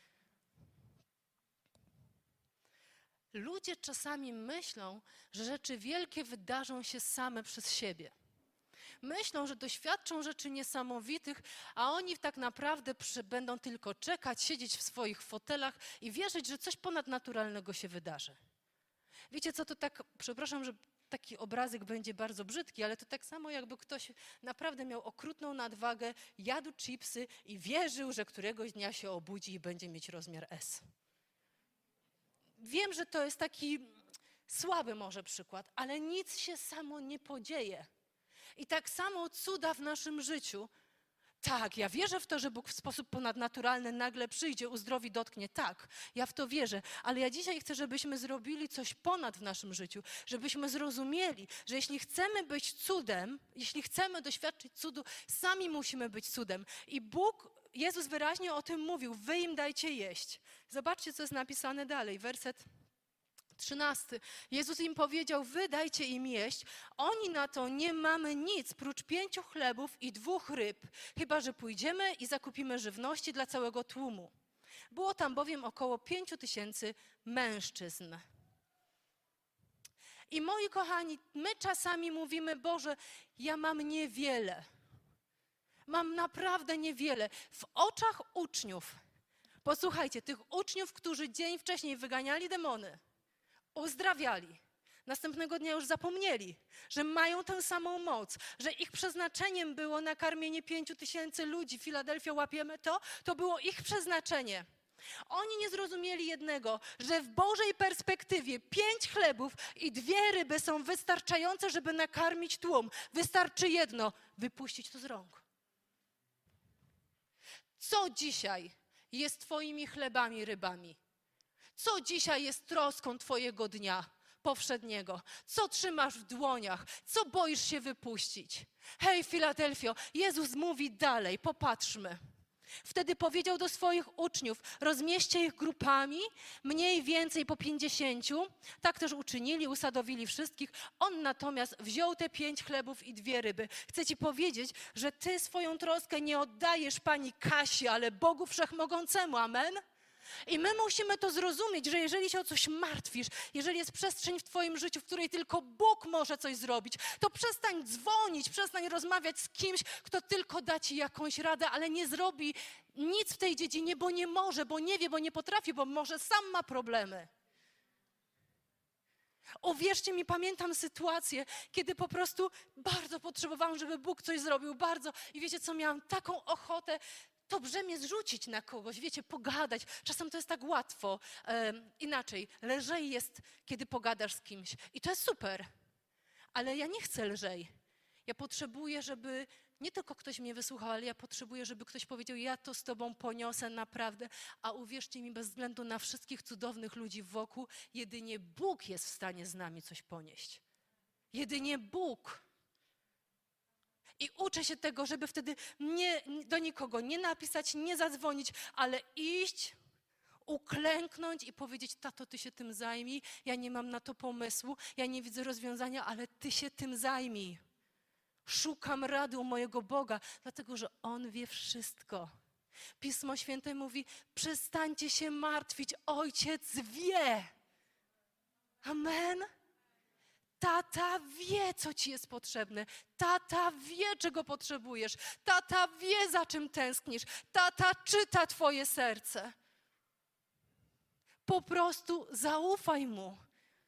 Ludzie czasami myślą, że rzeczy wielkie wydarzą się same przez siebie. Myślą, że doświadczą rzeczy niesamowitych, a oni tak naprawdę będą tylko czekać, siedzieć w swoich fotelach i wierzyć, że coś ponadnaturalnego się wydarzy. Wiecie co, to tak, przepraszam, że taki obrazek będzie bardzo brzydki, ale to tak samo jakby ktoś naprawdę miał okrutną nadwagę, jadł chipsy i wierzył, że któregoś dnia się obudzi i będzie mieć rozmiar S. Wiem, że to jest taki słaby może przykład, ale nic się samo nie podzieje. I tak samo cuda w naszym życiu. Tak, ja wierzę w to, że Bóg w sposób ponadnaturalny nagle przyjdzie, uzdrowi, dotknie. Tak, ja w to wierzę. Ale ja dzisiaj chcę, żebyśmy zrobili coś ponad w naszym życiu. Żebyśmy zrozumieli, że jeśli chcemy być cudem, jeśli chcemy doświadczyć cudu, sami musimy być cudem. I Bóg, Jezus wyraźnie o tym mówił. Wy im dajcie jeść. Zobaczcie, co jest napisane dalej. Werset 13. Jezus im powiedział, wy dajcie im jeść. Oni na to, nie mamy nic, prócz 5 chlebów i 2 ryb, chyba że pójdziemy i zakupimy żywności dla całego tłumu. Było tam bowiem około 5000 mężczyzn. I moi kochani, my czasami mówimy, Boże, ja mam niewiele. Mam naprawdę niewiele. W oczach uczniów, posłuchajcie, tych uczniów, którzy dzień wcześniej wyganiali demony, uzdrawiali. Następnego dnia już zapomnieli, że mają tę samą moc, że ich przeznaczeniem było nakarmienie 5000 ludzi. Filadelfia, łapiemy to? To było ich przeznaczenie. Oni nie zrozumieli jednego, że w Bożej perspektywie 5 chlebów i 2 ryby są wystarczające, żeby nakarmić tłum. Wystarczy jedno, wypuścić to z rąk. Co dzisiaj jest twoimi chlebami, rybami? Co dzisiaj jest troską twojego dnia powszedniego? Co trzymasz w dłoniach? Co boisz się wypuścić? Hej, Filadelfio, Jezus mówi dalej, popatrzmy. Wtedy powiedział do swoich uczniów, rozmieśćcie ich grupami, mniej więcej po 50. Tak też uczynili, usadowili wszystkich. On natomiast wziął te 5 chlebów i 2 ryby. Chcę ci powiedzieć, że ty swoją troskę nie oddajesz pani Kasi, ale Bogu Wszechmogącemu. Amen? I my musimy to zrozumieć, że jeżeli się o coś martwisz, jeżeli jest przestrzeń w twoim życiu, w której tylko Bóg może coś zrobić, to przestań dzwonić, przestań rozmawiać z kimś, kto tylko da ci jakąś radę, ale nie zrobi nic w tej dziedzinie, bo nie może, bo nie wie, bo nie potrafi, bo może sam ma problemy. Uwierzcie mi, pamiętam sytuację, kiedy po prostu bardzo potrzebowałam, żeby Bóg coś zrobił, bardzo. I wiecie co, miałam taką ochotę to brzemię zrzucić na kogoś, wiecie, pogadać. Czasem to jest tak łatwo. Inaczej, lżej jest, kiedy pogadasz z kimś. I to jest super. Ale ja nie chcę lżej. Ja potrzebuję, żeby nie tylko ktoś mnie wysłuchał, ale ja potrzebuję, żeby ktoś powiedział, ja to z tobą poniosę naprawdę. A uwierzcie mi, bez względu na wszystkich cudownych ludzi wokół, jedynie Bóg jest w stanie z nami coś ponieść. Jedynie Bóg. I uczę się tego, żeby wtedy do nikogo nie napisać, nie zadzwonić, ale iść, uklęknąć i powiedzieć, tato, ty się tym zajmij, ja nie mam na to pomysłu, ja nie widzę rozwiązania, ale ty się tym zajmij. Szukam rady u mojego Boga, dlatego że On wie wszystko. Pismo Święte mówi, przestańcie się martwić, Ojciec wie. Amen. Tata wie, co ci jest potrzebne. Tata wie, czego potrzebujesz. Tata wie, za czym tęsknisz. Tata czyta twoje serce. Po prostu zaufaj Mu.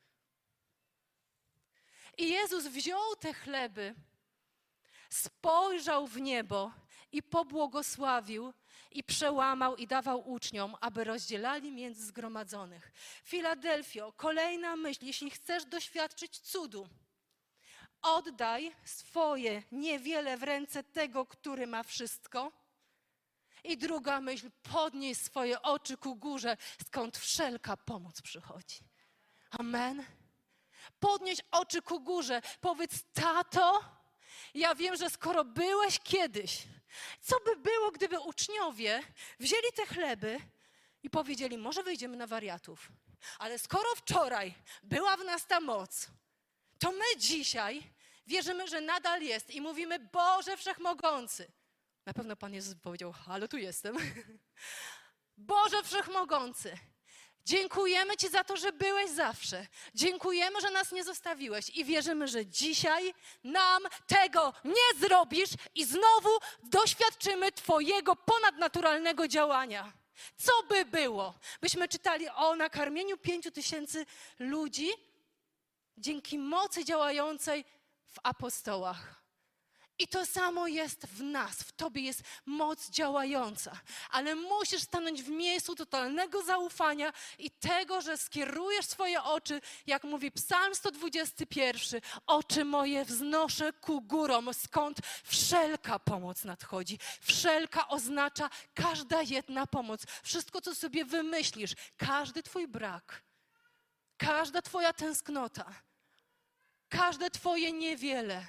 I Jezus wziął te chleby, spojrzał w niebo i pobłogosławił i przełamał i dawał uczniom, aby rozdzielali między zgromadzonych. Filadelfio, kolejna myśl, jeśli chcesz doświadczyć cudu, oddaj swoje niewiele w ręce tego, który ma wszystko. I druga myśl, podnieś swoje oczy ku górze, skąd wszelka pomoc przychodzi. Amen. Podnieś oczy ku górze, powiedz, tato, ja wiem, że skoro byłeś kiedyś, co by było, gdyby uczniowie wzięli te chleby i powiedzieli, może wyjdziemy na wariatów, ale skoro wczoraj była w nas ta moc, to my dzisiaj wierzymy, że nadal jest i mówimy, Boże Wszechmogący. Na pewno Pan Jezus powiedział, ale tu jestem. Boże Wszechmogący, dziękujemy Ci za to, że byłeś zawsze. Dziękujemy, że nas nie zostawiłeś i wierzymy, że dzisiaj nam tego nie zrobisz i znowu doświadczymy Twojego ponadnaturalnego działania. Co by było? Byśmy czytali o nakarmieniu 5000 ludzi dzięki mocy działającej w apostołach. I to samo jest w nas, w Tobie jest moc działająca. Ale musisz stanąć w miejscu totalnego zaufania i tego, że skierujesz swoje oczy, jak mówi Psalm 121, oczy moje wznoszę ku górom, skąd wszelka pomoc nadchodzi. Wszelka oznacza każda jedna pomoc. Wszystko, co sobie wymyślisz, każdy Twój brak, każda Twoja tęsknota, każde Twoje niewiele.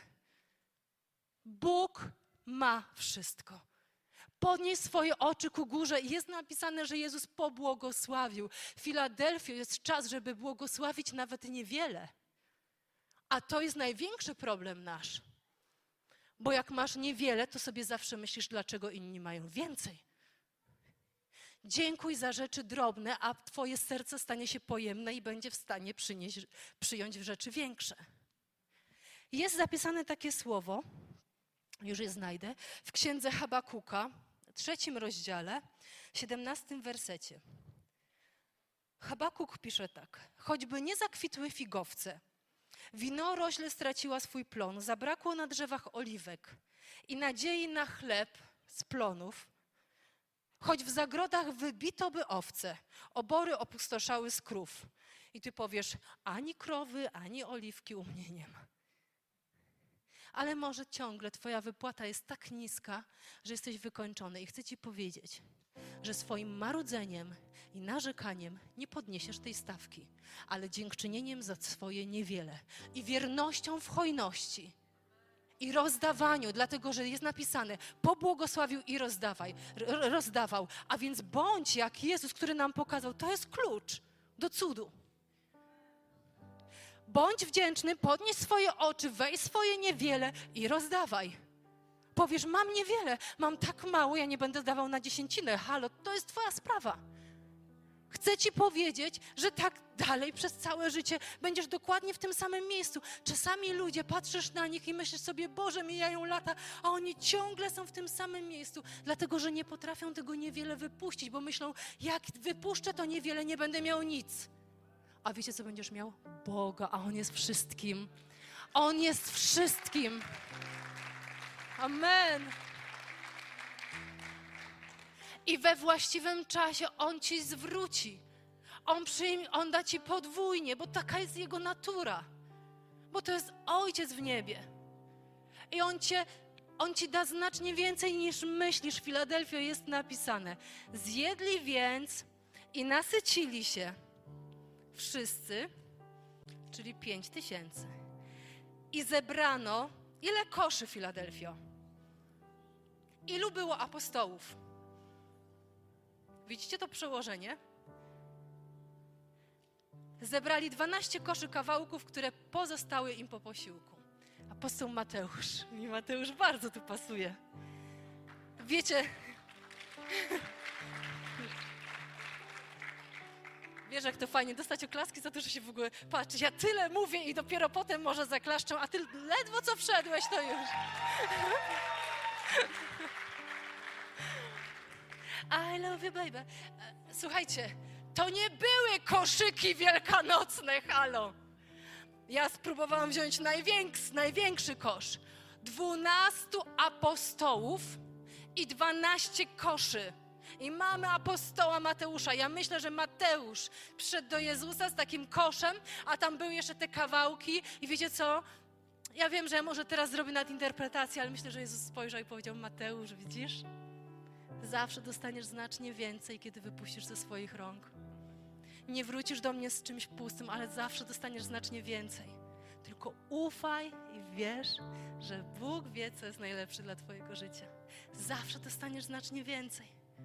Bóg ma wszystko. Podnieś swoje oczy ku górze. Jest napisane, że Jezus pobłogosławił. W Filadelfii jest czas, żeby błogosławić nawet niewiele. A to jest największy problem nasz. Bo jak masz niewiele, to sobie zawsze myślisz, dlaczego inni mają więcej. Dziękuj za rzeczy drobne, a twoje serce stanie się pojemne i będzie w stanie przyjąć rzeczy większe. Jest zapisane takie słowo, już je znajdę, w księdze Habakuka, 3 rozdziale, 17 wersecie. Habakuk pisze tak. Choćby nie zakwitły figowce, winorośl straciła swój plon, zabrakło na drzewach oliwek i nadziei na chleb z plonów, choć w zagrodach wybito by owce, obory opustoszały z krów. I ty powiesz, ani krowy, ani oliwki u mnie nie ma. Ale może ciągle twoja wypłata jest tak niska, że jesteś wykończony. I chcę ci powiedzieć, że swoim marudzeniem i narzekaniem nie podniesiesz tej stawki, ale dziękczynieniem za swoje niewiele i wiernością w hojności i rozdawaniu, dlatego że jest napisane, pobłogosławił i rozdawał. A więc bądź jak Jezus, który nam pokazał, to jest klucz do cudu. Bądź wdzięczny, podnieś swoje oczy, weź swoje niewiele i rozdawaj. Powiesz, mam niewiele, mam tak mało, ja nie będę dawał na dziesięcinę. Halo, to jest twoja sprawa. Chcę ci powiedzieć, że tak dalej przez całe życie będziesz dokładnie w tym samym miejscu. Czasami ludzie, patrzysz na nich i myślisz sobie, Boże, mijają lata, a oni ciągle są w tym samym miejscu, dlatego że nie potrafią tego niewiele wypuścić, bo myślą, jak wypuszczę to niewiele, nie będę miał nic. A wiecie, co będziesz miał? Boga, a On jest wszystkim. On jest wszystkim. Amen. I we właściwym czasie On ci zwróci. On da ci podwójnie, bo taka jest Jego natura. Bo to jest Ojciec w niebie. I On ci da znacznie więcej niż myślisz. W Filadelfii jest napisane. Zjedli więc i nasycili się wszyscy, czyli 5000. I zebrano, ile koszy, Filadelfio? Ilu było apostołów? Widzicie to przełożenie? Zebrali 12 koszy kawałków, które pozostały im po posiłku. Apostoł Mateusz. Mi Mateusz bardzo tu pasuje. Wiecie, wiesz, jak to fajnie dostać oklaski za to, że się w ogóle patrz, ja tyle mówię i dopiero potem może zaklaszczą, a ty ledwo co wszedłeś, to już. I love you, baby. Słuchajcie, to nie były koszyki wielkanocne, halo. Ja spróbowałam wziąć największy kosz. 12 apostołów i 12 koszy. I mamy apostoła Mateusza. Ja myślę, że Mateusz przyszedł do Jezusa z takim koszem, a tam były jeszcze te kawałki. I wiecie co? Ja wiem, że ja może teraz zrobię nadinterpretację, ale myślę, że Jezus spojrzał i powiedział, Mateusz, widzisz? Zawsze dostaniesz znacznie więcej, kiedy wypuścisz ze swoich rąk. Nie wrócisz do mnie z czymś pustym, ale zawsze dostaniesz znacznie więcej. Tylko ufaj i wiesz, że Bóg wie, co jest najlepsze dla twojego życia. Zawsze dostaniesz znacznie więcej.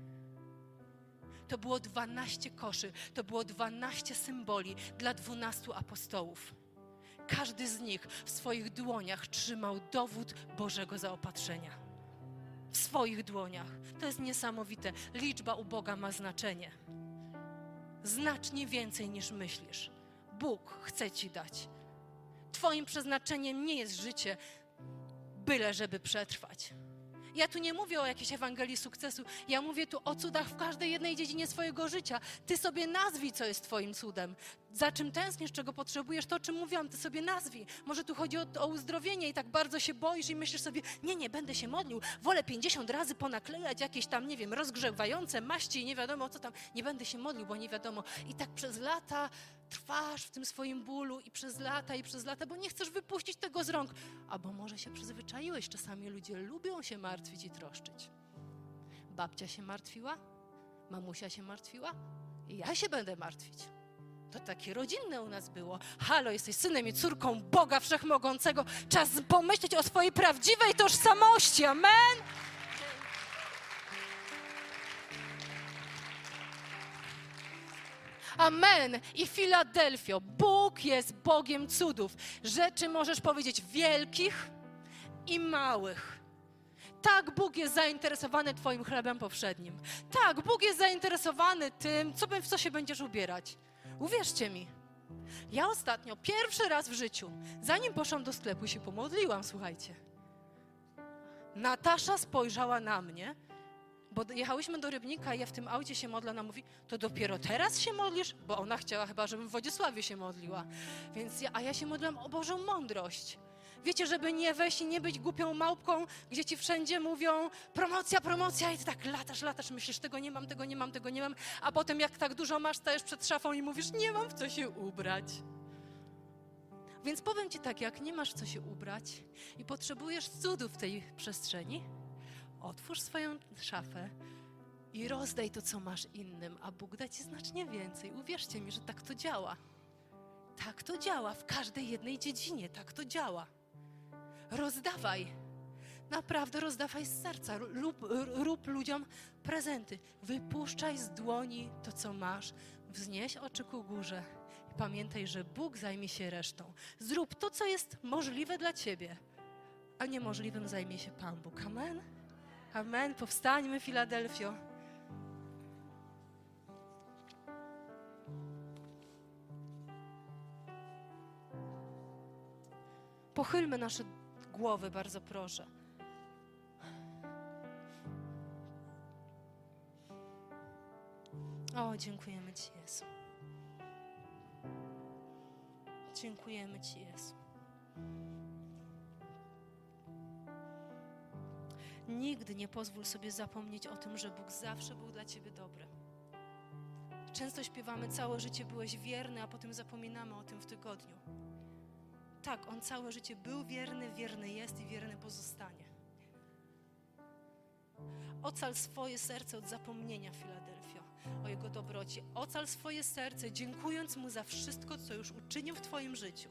To było 12 koszy, to było 12 symboli dla 12 apostołów. Każdy z nich w swoich dłoniach trzymał dowód Bożego zaopatrzenia. W swoich dłoniach. To jest niesamowite. Liczba u Boga ma znaczenie. Znacznie więcej niż myślisz. Bóg chce ci dać. Twoim przeznaczeniem nie jest życie, byle żeby przetrwać. Ja tu nie mówię o jakiejś Ewangelii sukcesu, ja mówię tu o cudach w każdej jednej dziedzinie swojego życia. Ty sobie nazwij, co jest twoim cudem. Za czym tęsknisz, czego potrzebujesz, to o czym mówiłam, ty sobie nazwij. Może tu chodzi o uzdrowienie i tak bardzo się boisz i myślisz sobie, nie będę się modlił, wolę 50 razy ponaklejać jakieś tam, nie wiem, rozgrzewające maści i nie wiadomo co tam. Nie będę się modlił, bo nie wiadomo. I tak przez lata trwasz w tym swoim bólu i przez lata, bo nie chcesz wypuścić tego z rąk. Albo może się przyzwyczaiłeś, czasami ludzie lubią się martwić i troszczyć. Babcia się martwiła, mamusia się martwiła i ja się będę martwić. To takie rodzinne u nas było. Halo, jesteś synem i córką Boga Wszechmogącego. Czas pomyśleć o swojej prawdziwej tożsamości. Amen? Amen. I Filadelfio, Bóg jest Bogiem cudów. Rzeczy możesz powiedzieć wielkich i małych. Tak, Bóg jest zainteresowany twoim chlebem powszednim. Tak, Bóg jest zainteresowany tym, w co się będziesz ubierać. Uwierzcie mi. Ja ostatnio, pierwszy raz w życiu, zanim poszłam do sklepu i się pomodliłam, słuchajcie. Natasza spojrzała na mnie, bo jechałyśmy do Rybnika i ja w tym aucie się modlę, ona mówi, to dopiero teraz się modlisz? Bo ona chciała chyba, żebym w Wodzisławiu się modliła. A ja się modliłam o Bożą mądrość. Wiecie, żeby nie wejść i nie być głupią małpką, gdzie ci wszędzie mówią promocja i ty tak latasz, myślisz, tego nie mam, a potem jak tak dużo masz, stajesz przed szafą i mówisz, nie mam w co się ubrać. Więc powiem ci tak, jak nie masz w co się ubrać i potrzebujesz cudu w tej przestrzeni, otwórz swoją szafę i rozdaj to, co masz innym, a Bóg da ci znacznie więcej. Uwierzcie mi, że tak to działa. Tak to działa w każdej jednej dziedzinie, tak to działa. Rozdawaj. Naprawdę rozdawaj z serca. Rób ludziom prezenty. Wypuszczaj z dłoni to, co masz. Wznieś oczy ku górze. I pamiętaj, że Bóg zajmie się resztą. Zrób to, co jest możliwe dla ciebie, a niemożliwym zajmie się Pan Bóg. Amen? Amen. Powstańmy, Filadelfio. Pochylmy nasze głowy, bardzo proszę. O, dziękujemy Ci, Jezu. Dziękujemy Ci, Jezu. Nigdy nie pozwól sobie zapomnieć o tym, że Bóg zawsze był dla Ciebie dobry. Często śpiewamy, całe życie byłeś wierny, a potem zapominamy o tym w tygodniu. Tak, On całe życie był wierny, wierny jest i wierny pozostanie. Ocal swoje serce od zapomnienia, Filadelfio, o Jego dobroci. Ocal swoje serce, dziękując Mu za wszystko, co już uczynił w Twoim życiu.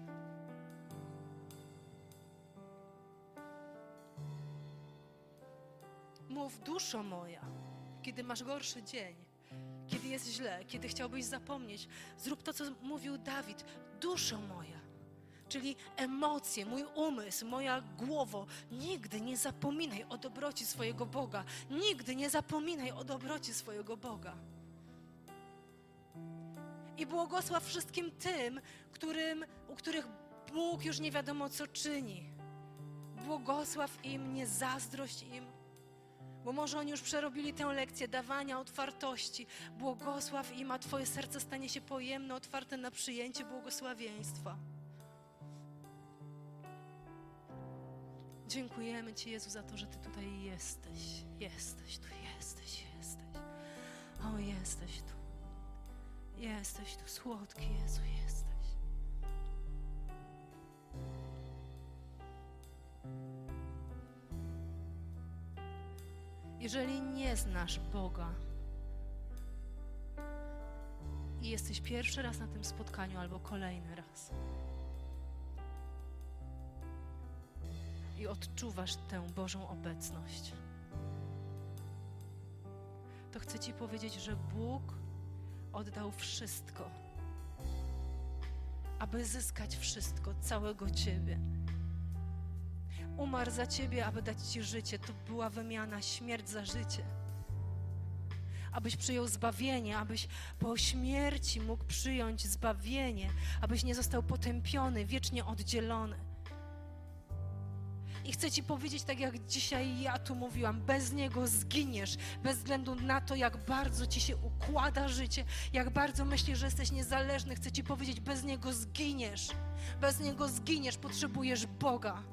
Mów, duszo moja, kiedy masz gorszy dzień, kiedy jest źle, kiedy chciałbyś zapomnieć, zrób to, co mówił Dawid. Duszo moja, czyli emocje, mój umysł, moja głowo, nigdy nie zapominaj o dobroci swojego Boga. Nigdy nie zapominaj o dobroci swojego Boga. I błogosław wszystkim tym, u których Bóg już nie wiadomo co czyni. Błogosław im, nie zazdrość im, bo może oni już przerobili tę lekcję dawania otwartości. Błogosław im, a Twoje serce stanie się pojemne, otwarte na przyjęcie błogosławieństwa. Dziękujemy Ci, Jezu, za to, że Ty tutaj jesteś. Jesteś tu, jesteś. O, jesteś tu. Jesteś tu, słodki Jezu, jesteś. Jeżeli nie znasz Boga i jesteś pierwszy raz na tym spotkaniu albo kolejny raz i odczuwasz tę Bożą obecność, to chcę Ci powiedzieć, że Bóg oddał wszystko, aby zyskać wszystko, całego Ciebie. Umarł za Ciebie, aby dać Ci życie. To była wymiana, śmierć za życie. Abyś przyjął zbawienie, abyś po śmierci mógł przyjąć zbawienie, abyś nie został potępiony, wiecznie oddzielony. I chcę Ci powiedzieć, tak jak dzisiaj ja tu mówiłam, bez Niego zginiesz, bez względu na to, jak bardzo Ci się układa życie, jak bardzo myślisz, że jesteś niezależny. Chcę Ci powiedzieć, bez Niego zginiesz. Bez Niego zginiesz, potrzebujesz Boga.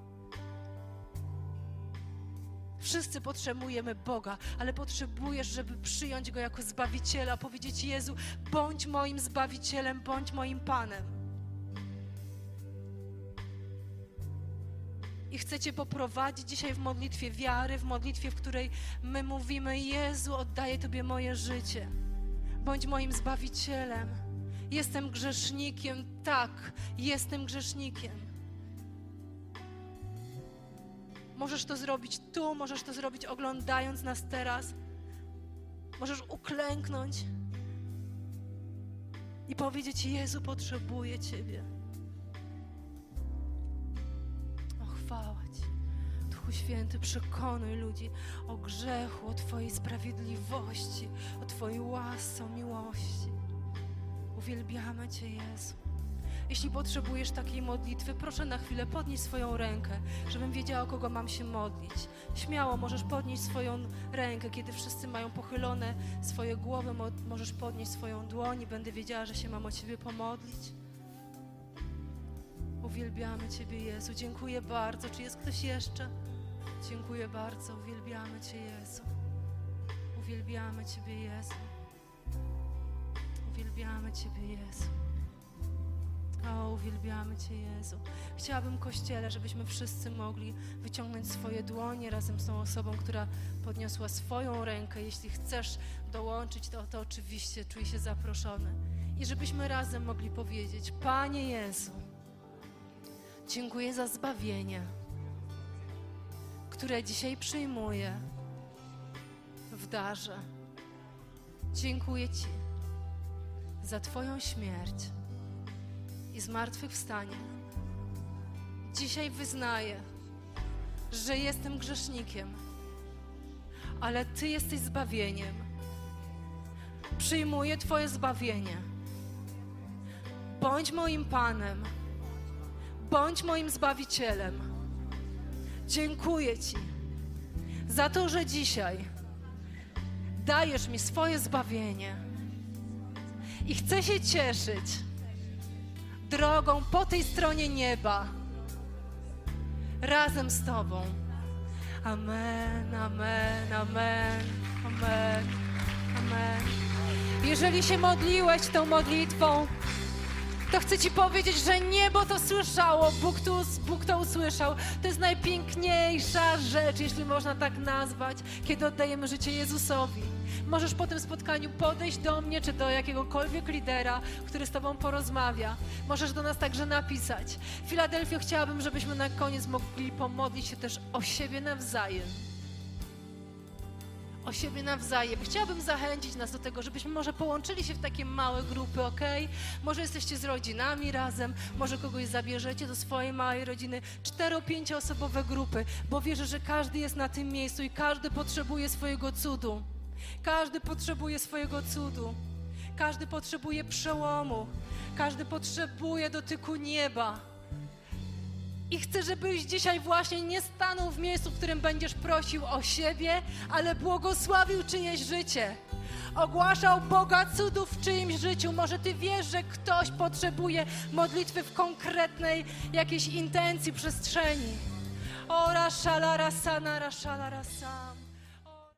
Wszyscy potrzebujemy Boga, ale potrzebujesz, żeby przyjąć Go jako Zbawiciela, powiedzieć: Jezu, bądź moim Zbawicielem, bądź moim Panem. I chcę Cię poprowadzić dzisiaj w modlitwie wiary, w modlitwie, w której my mówimy: Jezu, oddaję Tobie moje życie. Bądź moim Zbawicielem. Jestem grzesznikiem, tak, jestem grzesznikiem. Możesz to zrobić tu, możesz to zrobić oglądając nas teraz. Możesz uklęknąć i powiedzieć: Jezu, potrzebuję Ciebie. O, chwała Ci. Duchu Święty, przekonuj ludzi o grzechu, o Twojej sprawiedliwości, o Twojej łasce, o miłości. Uwielbiamy Cię, Jezu. Jeśli potrzebujesz takiej modlitwy, proszę na chwilę podnieść swoją rękę, żebym wiedziała, o kogo mam się modlić. Śmiało możesz podnieść swoją rękę, kiedy wszyscy mają pochylone swoje głowy, możesz podnieść swoją dłoń i będę wiedziała, że się mam o Ciebie pomodlić. Uwielbiamy Ciebie, Jezu. Dziękuję bardzo. Czy jest ktoś jeszcze? Dziękuję bardzo. Uwielbiamy Cię, Jezu. Uwielbiamy Ciebie, Jezu. Uwielbiamy Ciebie, Jezu. O, uwielbiamy Cię, Jezu. Chciałabym, Kościele, żebyśmy wszyscy mogli wyciągnąć swoje dłonie razem z tą osobą, która podniosła swoją rękę. Jeśli chcesz dołączyć, to oczywiście czuj się zaproszony. I żebyśmy razem mogli powiedzieć: Panie Jezu, dziękuję za zbawienie. które dzisiaj przyjmuję w darze. Dziękuję Ci za Twoją śmierć i zmartwychwstanie. Dzisiaj wyznaję, że jestem grzesznikiem, ale Ty jesteś zbawieniem. Przyjmuję Twoje zbawienie. Bądź moim Panem, bądź moim Zbawicielem. Dziękuję Ci za to, że dzisiaj dajesz mi swoje zbawienie i chcę się cieszyć drogą po tej stronie nieba razem z Tobą. Amen, amen, amen, amen, amen. Jeżeli się modliłeś tą modlitwą, to chcę Ci powiedzieć, że niebo to słyszało, Bóg to usłyszał. To jest najpiękniejsza rzecz, jeśli można tak nazwać, kiedy oddajemy życie Jezusowi. Możesz po tym spotkaniu podejść do mnie, czy do jakiegokolwiek lidera, który z Tobą porozmawia. Możesz do nas także napisać. Filadelfio, chciałabym, żebyśmy na koniec mogli pomodlić się też o siebie nawzajem. O siebie nawzajem. Chciałabym zachęcić nas do tego, żebyśmy może połączyli się w takie małe grupy, ok? Może jesteście z rodzinami razem, może kogoś zabierzecie do swojej małej rodziny, 4-5-osobowe grupy, bo wierzę, że każdy jest na tym miejscu i każdy potrzebuje swojego cudu. Każdy potrzebuje swojego cudu. Każdy potrzebuje przełomu. Każdy potrzebuje dotyku nieba. I chcę, żebyś dzisiaj właśnie nie stanął w miejscu, w którym będziesz prosił o siebie, ale błogosławił czyjeś życie. Ogłaszał Boga cudów w czyimś życiu. Może Ty wiesz, że ktoś potrzebuje modlitwy w konkretnej jakiejś intencji, przestrzeni. Ora szalara sana, ra szalara sam.